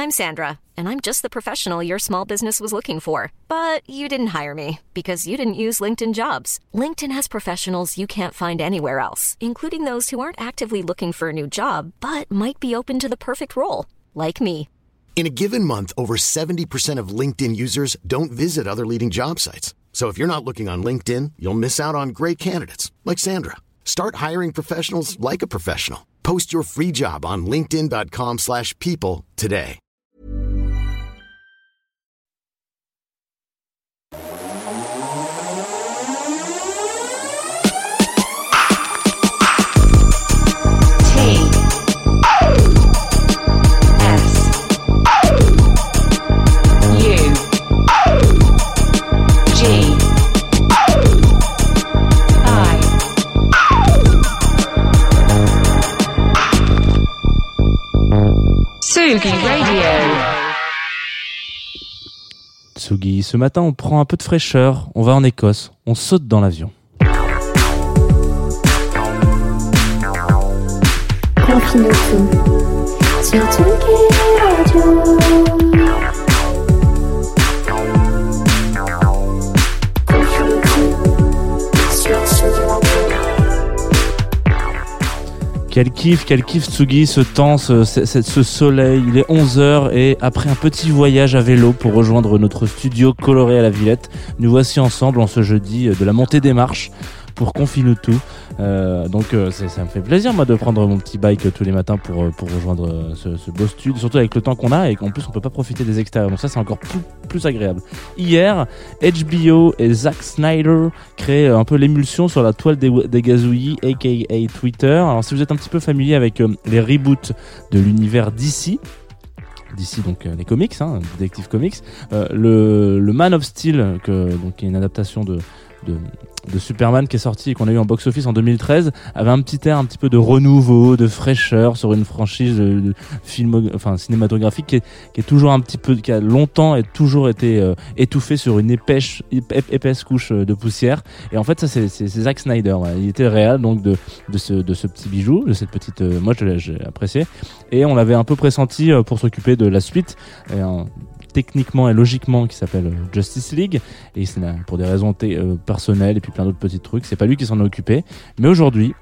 I'm Sandra, and I'm just the professional your small business was looking for. But you didn't hire me because you didn't use LinkedIn Jobs. LinkedIn has professionals you can't find anywhere else, including those who aren't actively looking for a new job, but might be open to the perfect role, like me. In a given month, over 70% of LinkedIn users don't visit other leading job sites. So if you're not looking on LinkedIn, you'll miss out on great candidates like Sandra. Start hiring professionals like a professional. Post your free job on linkedin.com/people today. Tsugi Radio. Tsugi, ce matin on prend un peu de fraîcheur, on va en Écosse, on saute dans l'avion. Confine-nous sur Tsugi Radio. Quel kiff Tsugi, ce temps, ce soleil, il est 11h et après un petit voyage à vélo pour rejoindre notre studio coloré à la Villette, nous voici ensemble en ce jeudi de la montée des marches pour Confine-nous tout. Donc ça me fait plaisir moi de prendre mon petit bike tous les matins pour rejoindre ce beau studio, surtout avec le temps qu'on a et qu'en plus on peut pas profiter des extérieurs, donc ça c'est encore plus agréable. Hier, HBO et Zack Snyder créent un peu l'émulsion sur la toile des gazouillis aka Twitter. Alors si vous êtes un petit peu familier avec les reboots de l'univers DC, donc les comics, Detective Comics, le Man of Steel qui est une adaptation de Superman qui est sorti et qu'on a eu en box-office en 2013 avait un petit air un petit peu de renouveau, de fraîcheur sur une franchise cinématographique qui est toujours un petit peu, qui a longtemps et toujours été étouffée sur une épaisse couche de poussière. Et en fait ça c'est Zack Snyder, voilà. Il était réel donc de ce petit bijou, de cette petite moi j'ai apprécié et on l'avait un peu pressenti pour s'occuper de la suite techniquement et logiquement qui s'appelle Justice League, et c'est pour des raisons personnelles et puis plein d'autres petits trucs, c'est pas lui qui s'en est occupé, mais aujourd'hui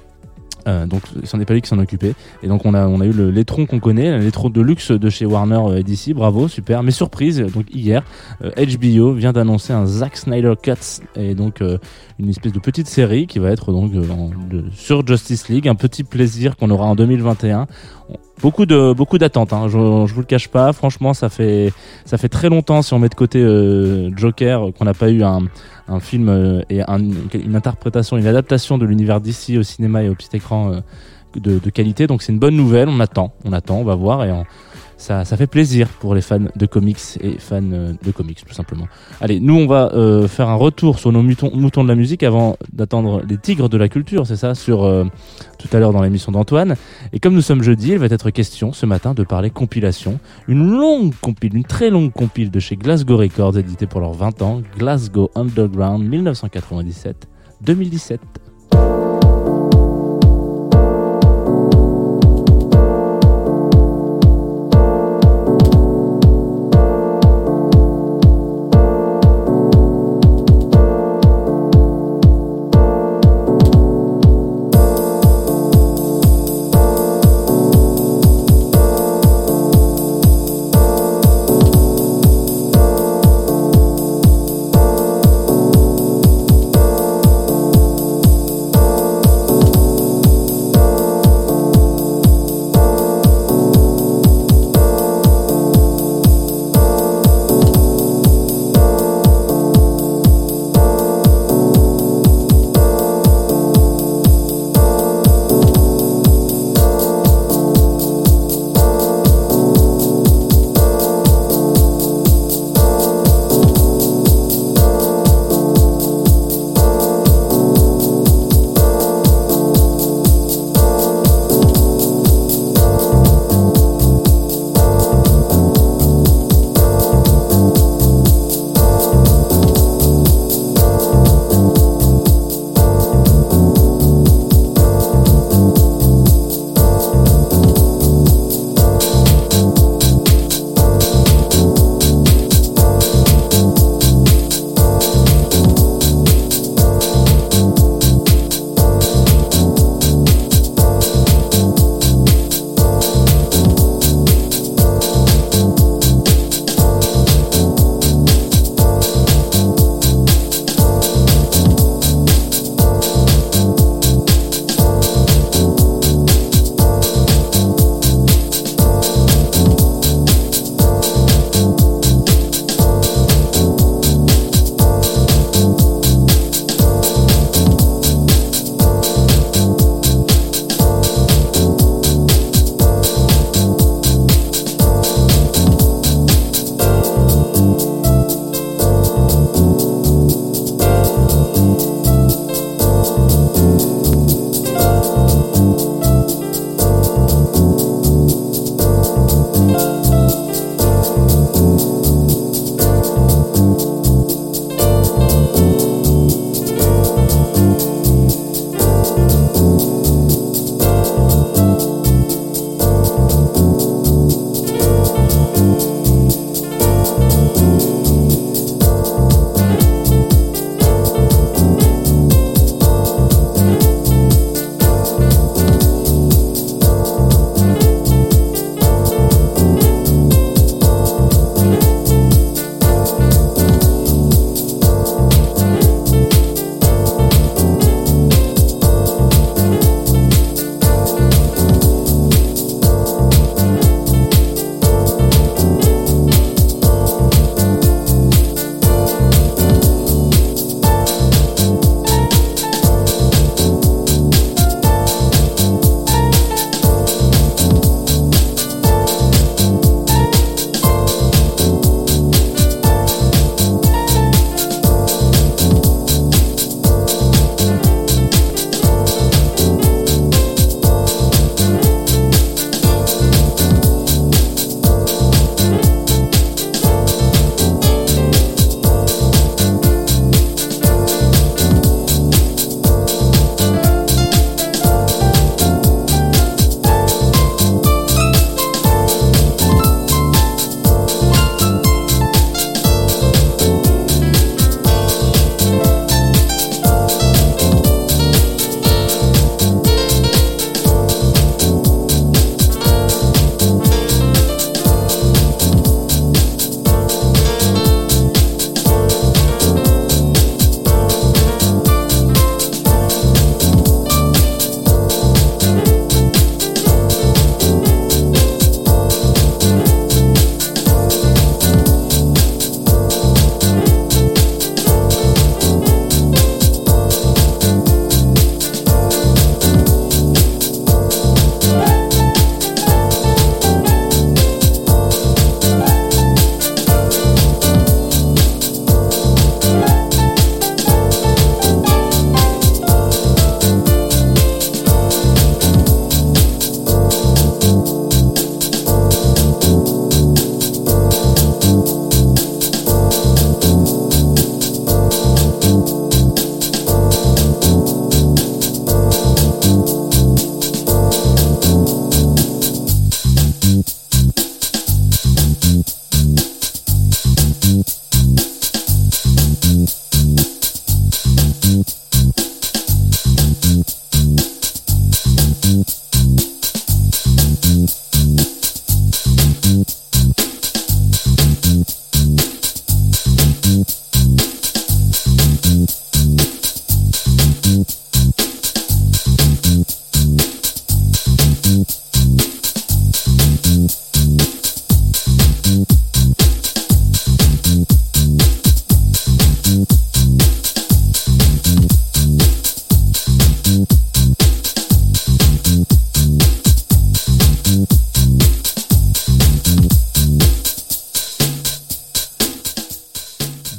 donc c'en est pas lui qui s'en est occupé, et donc on a eu l'étron qu'on connaît, l'étron de luxe de chez Warner et DC, bravo, super, mais surprise, donc hier HBO vient d'annoncer un Zack Snyder Cuts, et donc une espèce de petite série qui va être donc sur Justice League, un petit plaisir qu'on aura en 2021. Beaucoup d'attentes, je vous le cache pas, franchement ça fait très longtemps, si on met de côté Joker, qu'on n'a pas eu un film et une interprétation, une adaptation de l'univers d'ici au cinéma et au petit écran de qualité, donc c'est une bonne nouvelle, on attend, on va voir, et ça fait plaisir pour les fans de comics et fans de comics tout simplement. Allez, nous on va faire un retour sur nos moutons de la musique avant d'attendre les tigres de la culture, c'est ça, sur tout à l'heure dans l'émission d'Antoine. Et comme nous sommes jeudi, il va être question ce matin de parler compilation, une très longue compile de chez Glasgow Records, éditée pour leurs 20 ans, Glasgow Underground 1997-2017.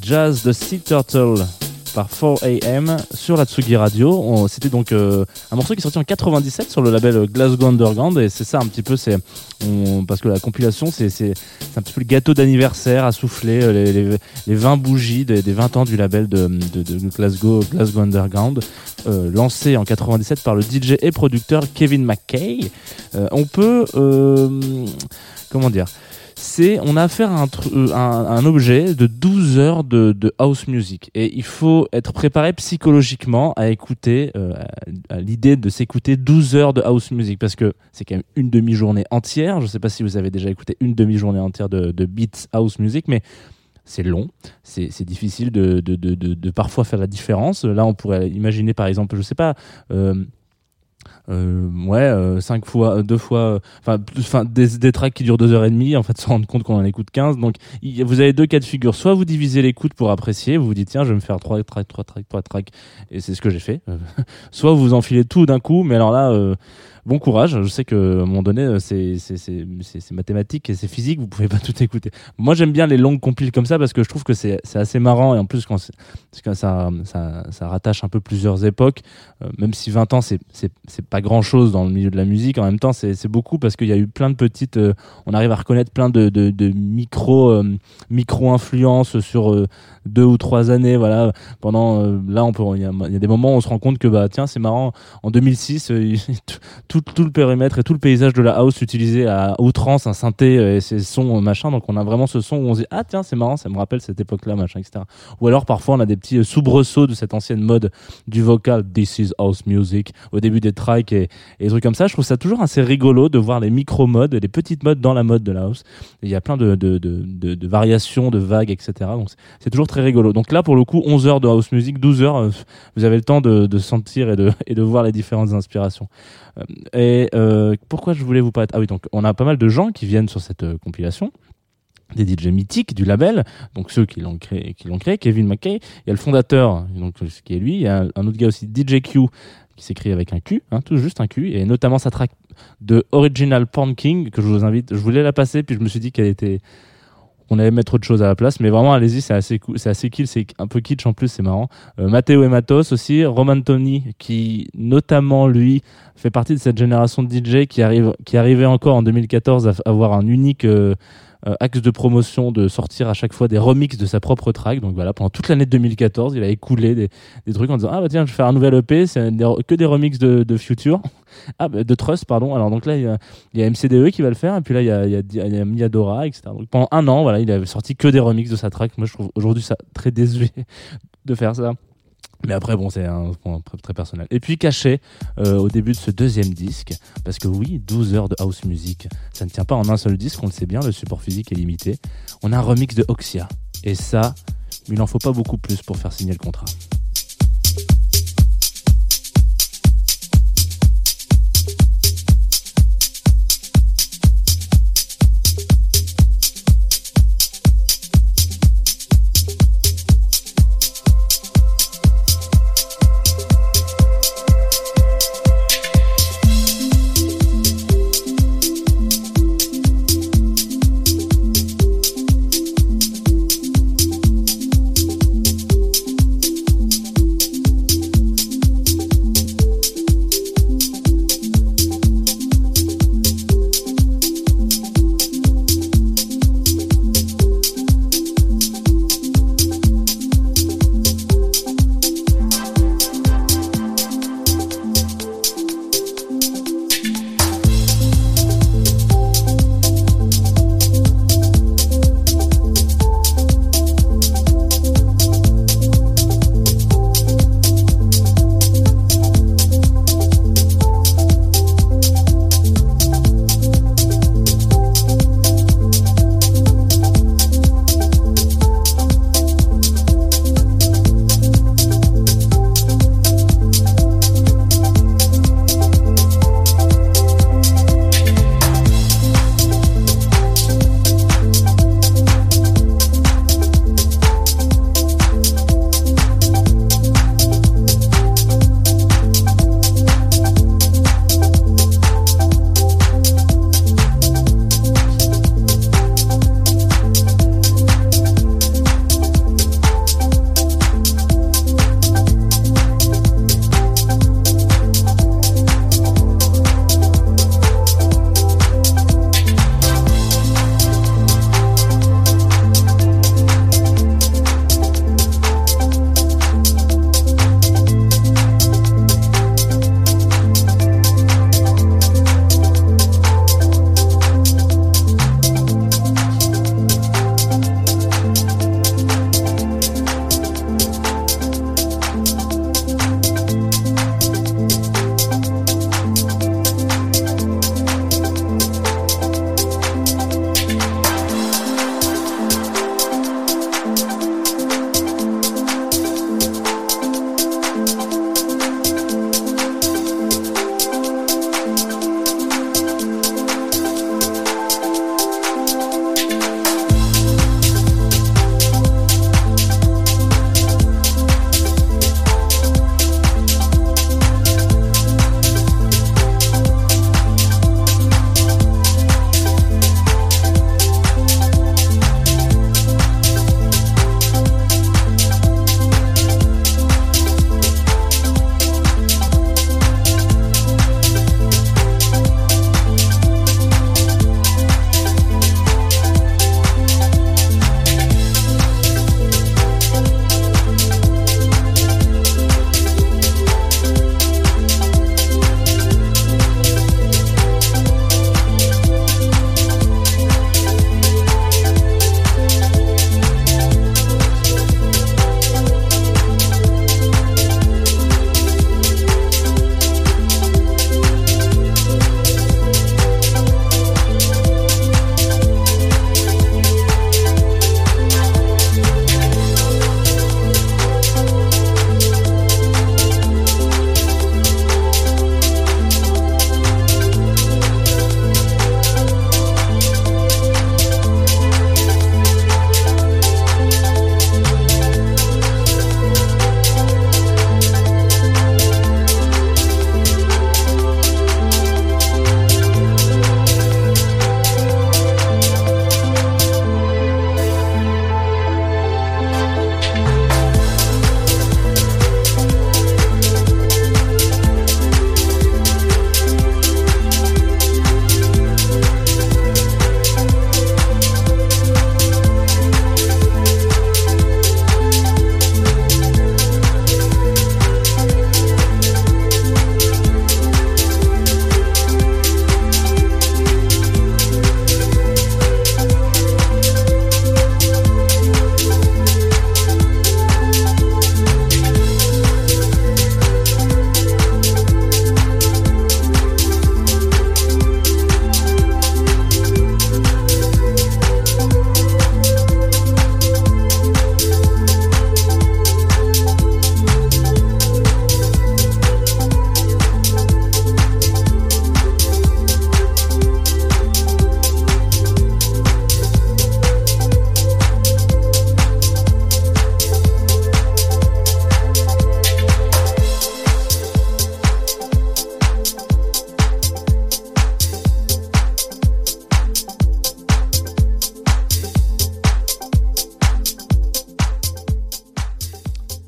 Jazz the Sea Turtle par 4am sur la Tsugi Radio. C'était donc un morceau qui est sorti en 97 sur le label Glasgow Underground, et c'est ça un petit peu, parce que la compilation c'est un petit peu le gâteau d'anniversaire à souffler, les 20 bougies des 20 ans du label de Glasgow Underground, lancé en 97 par le DJ et producteur Kevin McKay. On peut comment dire, on a affaire à un objet de 12 heures de house music, et il faut être préparé psychologiquement à écouter, à l'idée de s'écouter 12 heures de house music, parce que c'est quand même une demi-journée entière. Je ne sais pas si vous avez déjà écouté une demi-journée entière de beats house music, mais c'est long, c'est difficile de parfois faire la différence. Là, on pourrait imaginer par exemple, je sais pas, 5 fois, 2 fois, des tracks qui durent 2h30, en fait, se rendre compte qu'on en écoute 15. Donc, vous avez deux cas de figure. Soit vous divisez l'écoute pour apprécier, vous vous dites, tiens, je vais me faire 3 tracks, et c'est ce que j'ai fait. Soit vous enfilez tout d'un coup, mais alors là, bon courage. Je sais que à un moment donné, c'est mathématique et c'est physique, vous pouvez pas tout écouter. Moi, j'aime bien les longues compiles comme ça parce que je trouve que c'est assez marrant, et en plus quand ça rattache un peu plusieurs époques, même si 20 ans c'est pas grand chose dans le milieu de la musique, en même temps c'est beaucoup parce qu'il y a eu plein de petites, on arrive à reconnaître plein de micro influences sur 2 ou 3 années, voilà. Pendant là il y a des moments où on se rend compte que bah tiens, c'est marrant, en 2006 tout le périmètre et tout le paysage de la house utilisait à outrance un synthé et ses sons machin, donc on a vraiment ce son où on se dit ah tiens, c'est marrant, ça me rappelle cette époque là machin, etc. Ou alors parfois on a des petits soubresauts de cette ancienne mode du vocal, this is house music, au début des tracks et des trucs comme ça. Je trouve ça toujours assez rigolo de voir les micro-modes, les petites modes dans la mode de la house. Et il y a plein de variations, de vagues, etc. Donc c'est toujours très rigolo. Donc là, pour le coup, 11 heures de house music, 12 heures, vous avez le temps de sentir et de voir les différentes inspirations. Pourquoi je voulais vous parler? Ah oui, donc on a pas mal de gens qui viennent sur cette compilation, des DJ mythiques du label, donc ceux qui l'ont créé, Kevin McKay. Il y a le fondateur, donc qui est lui. Il y a un autre gars aussi, DJ Q, qui s'écrit avec un Q, tout juste un Q, et notamment sa track de Original Porn King que je vous invite. Je voulais la passer, puis je me suis dit on allait mettre autre chose à la place, mais vraiment allez-y, c'est assez cool, c'est assez kill, c'est un peu kitsch en plus, c'est marrant. Matteo et Matos aussi, Roman Tony, qui notamment lui fait partie de cette génération de DJ qui arrivait encore en 2014 à avoir un unique axe de promotion, de sortir à chaque fois des remixes de sa propre track. Donc voilà, pendant toute l'année 2014, il a écoulé des trucs en disant ah bah tiens, je vais faire un nouvel EP, c'est que des remixes de Future, de Trust, pardon. Alors donc là il y a MCDE qui va le faire, et puis là il y a Miadora, etc. Donc pendant un an, voilà, il avait sorti que des remixes de sa track. Moi je trouve aujourd'hui ça très désuet de faire ça. Mais après, bon, c'est un point très personnel. Et puis caché au début de ce deuxième disque, parce que oui, 12 heures de house music, ça ne tient pas en un seul disque, on le sait bien, le support physique est limité. On a un remix de Oxia, et ça, il n'en faut pas beaucoup plus pour faire signer le contrat.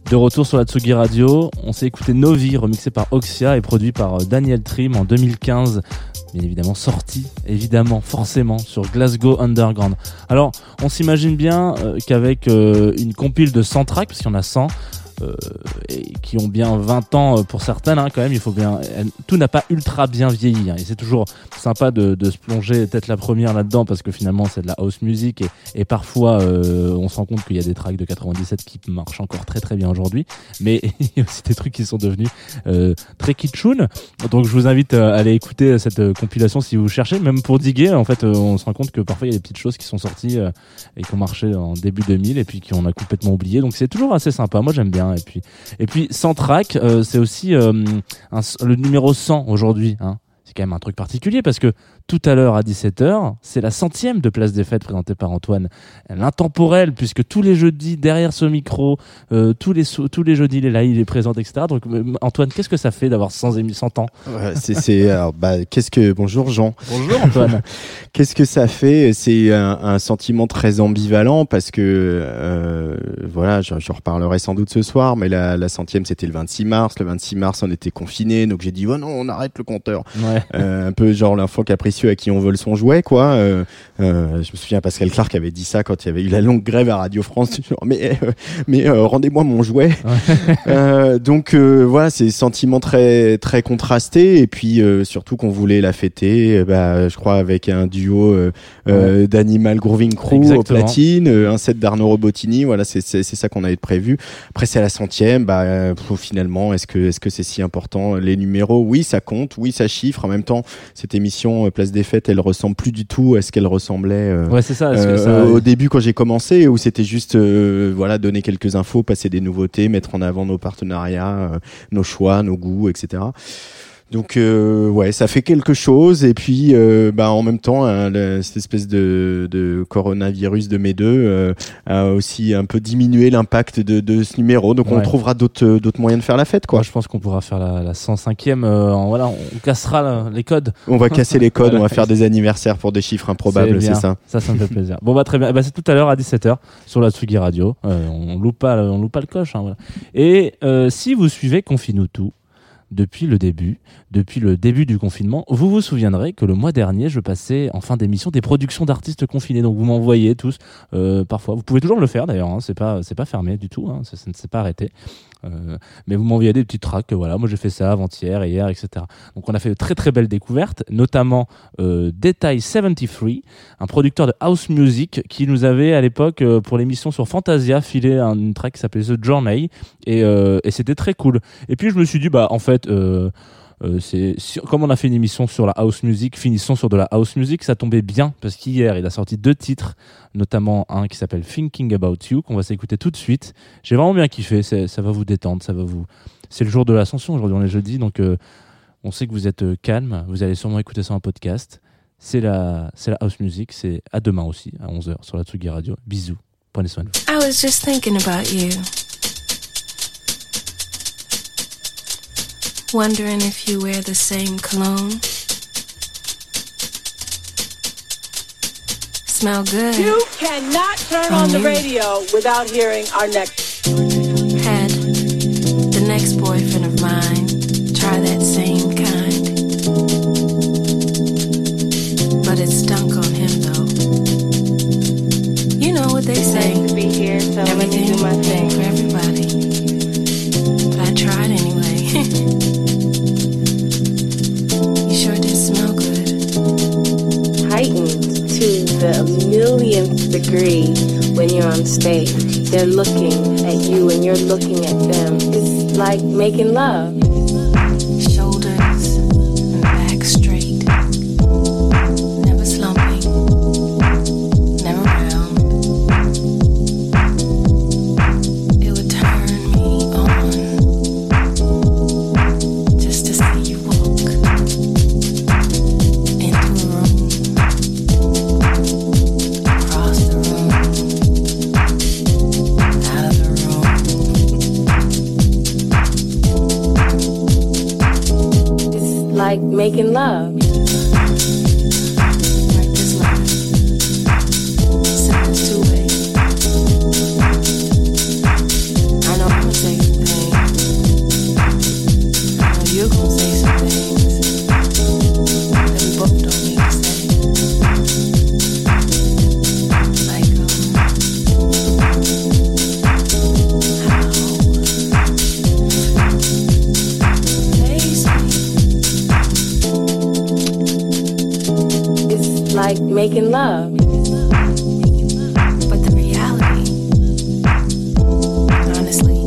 De retour sur la Tsugi Radio, on s'est écouté Novi, remixé par Oxia et produit par Daniel Trim en 2015. Bien évidemment sorti, forcément, sur Glasgow Underground. Alors, on s'imagine bien qu'avec une compile de 100 tracks, parce qu'il y en a 100, et qui ont bien 20 ans pour certaines, quand même, il faut bien. Tout n'a pas ultra bien vieilli, et c'est toujours sympa de se plonger peut-être la première là-dedans, parce que finalement c'est de la house music, et parfois on se rend compte qu'il y a des tracks de 97 qui marchent encore très très bien aujourd'hui, mais il y a aussi des trucs qui sont devenus très kitschoun. Donc je vous invite à aller écouter cette compilation si vous cherchez, même pour diguer. En fait, on se rend compte que parfois il y a des petites choses qui sont sorties et qui ont marché en début 2000 et puis qu'on a complètement oublié. Donc c'est toujours assez sympa. Moi j'aime bien. Et puis 100 tracks, c'est aussi le numéro 100 aujourd'hui. C'est quand même un truc particulier parce que tout à l'heure à 17h, c'est la 100e de Place des Fêtes présentée par Antoine. L'intemporel, puisque tous les jeudis, derrière ce micro, tous les jeudis, il est là, il est présent, etc. Donc Antoine, qu'est-ce que ça fait d'avoir 100 ans ? Alors, bonjour Jean. Bonjour Antoine. Qu'est-ce que ça fait ? C'est un sentiment très ambivalent parce que, j'en reparlerai sans doute ce soir, mais la 100e c'était le 26 mars. Le 26 mars, on était confinés, donc j'ai dit, oh non, on arrête le compteur. Ouais. Un peu genre l'enfant capricieux à qui on vole son jouet, quoi. Je me souviens, Pascal Clark avait dit ça quand il y avait eu la longue grève à Radio France. Genre, mais rendez-moi mon jouet. Ouais. Donc voilà, c'est sentiment très très contrasté, et puis surtout qu'on voulait la fêter, je crois avec un duo d'Animal Grooving Crew. Exactement. Au platine, un set d'Arnaud Robotini. Voilà, c'est ça qu'on avait prévu. Après c'est à la 100e. Finalement, est-ce que c'est si important les numéros ? Oui, ça compte. Oui, ça chiffre. En même temps, cette émission Place des Fêtes, elle ressemble plus du tout à ce qu'elle ressemblait c'est ça, au début quand j'ai commencé, où c'était juste donner quelques infos, passer des nouveautés, mettre en avant nos partenariats, nos choix, nos goûts, etc. Donc ça fait quelque chose, et puis en même temps cette espèce de coronavirus de mai 2 a aussi un peu diminué l'impact de ce numéro, donc on trouvera d'autres moyens de faire la fête, quoi. Moi, je pense qu'on pourra faire la 105e, on cassera les codes. On va casser les codes, on va faire des anniversaires pour des chiffres improbables, c'est ça. Ça me fait plaisir. Bon très bien, c'est tout à l'heure à 17h sur la Tsugi Radio. On loupe pas le coche, voilà. Et si vous suivez Confine-nous tout depuis le début du confinement, vous vous souviendrez que le mois dernier, je passais en fin d'émission des productions d'artistes confinés. Donc vous m'envoyez tous, parfois. Vous pouvez toujours me le faire d'ailleurs, c'est pas fermé du tout, ça ne s'est pas arrêté. Mais vous m'envoyez des petits tracks, moi j'ai fait ça avant-hier, hier, etc. Donc on a fait de très très belles découvertes, notamment Detail 73, un producteur de house music qui nous avait à l'époque pour l'émission sur Fantasia filé une track qui s'appelait The Journey, et c'était très cool. Et puis je me suis dit en fait comme on a fait une émission sur la house music, finissons sur de la house music, ça tombait bien parce qu'hier il a sorti 2 titres, notamment un qui s'appelle Thinking About You, qu'on va s'écouter tout de suite. J'ai vraiment bien kiffé, ça va vous détendre, c'est le jour de l'ascension, aujourd'hui on est jeudi, donc on sait que vous êtes calme, vous allez sûrement écouter ça en podcast. C'est la house music, c'est à demain aussi à 11h sur la Tsugi Radio. Bisous, prenez soin de vous. I was just thinking about you, wondering if you wear the same cologne. Smell good. You cannot turn on the radio without hearing our next. Had the next boyfriend of mine try that same kind, but it stunk on him though. You know what they say, nice to be here, so everything do my thing for everybody, but I tried anyway. You sure did smell good. Heightened to the millionth degree when you're on stage. They're looking at you and you're looking at them. It's like making love. Shoulders and back straight, never slumping, never round. It would turn me on just to see you walk into a room, across the room, out of the room. It's like making love. Like this line, sounds two-way. I know I'm a safe making love. But the reality, honestly,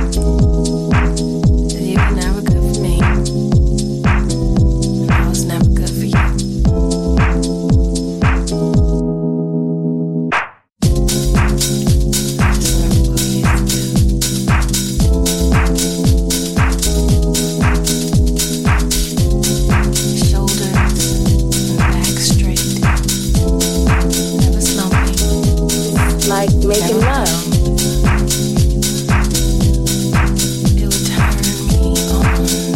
is you were never good for me, and I was never good for you. Making love. It would turn me on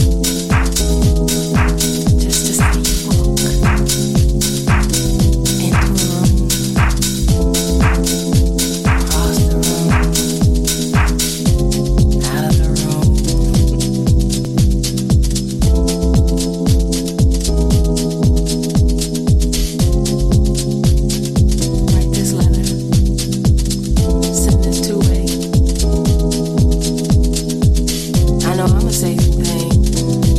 just to see you walk into a room, across the room, out of the room. Write this letter. Send this two-way. I know I'ma say some things.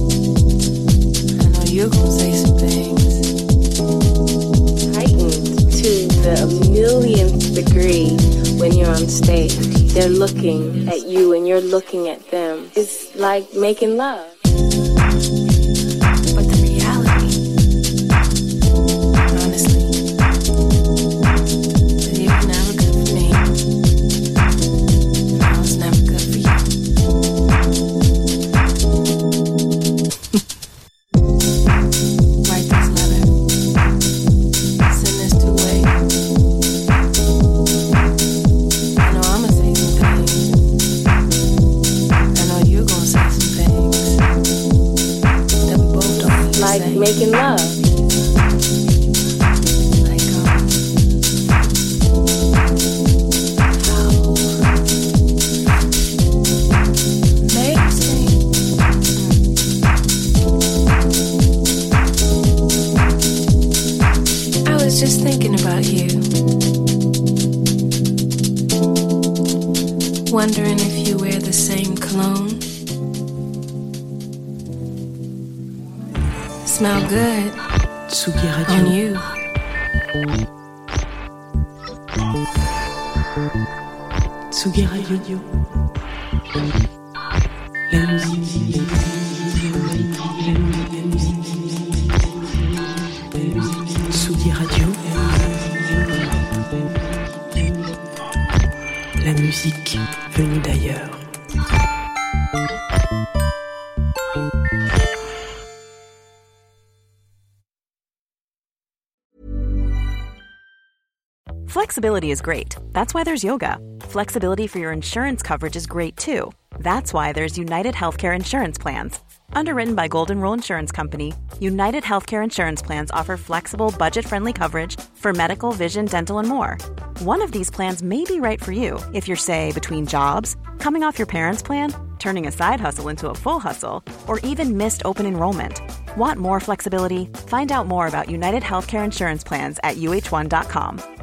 I know you're gonna say some things. Heightened to the millionth degree when you're on stage. They're looking at you and you're looking at them. It's like making love. But the reality, honestly, is you were never good for me. I was never good for you. Write this letter. Send this two-way. I know I'ma say some things. I know you're gonna say some things that we both don't need to Like say. making love. Like, I was just thinking about you, wondering if you wear the same cologne. Smell good Tsugi Radio. on you. Tsugi Radio. La musique. Tsugi Radio. La musique venue d'ailleurs. Flexibility is great. That's why there's yoga. Flexibility for your insurance coverage is great too. That's why there's United Healthcare Insurance Plans. Underwritten by Golden Rule Insurance Company, United Healthcare Insurance Plans offer flexible, budget-friendly coverage for medical, vision, dental, and more. One of these plans may be right for you if you're, say, between jobs, coming off your parents' plan, turning a side hustle into a full hustle, or even missed open enrollment. Want more flexibility? Find out more about United Healthcare Insurance Plans at uh1.com.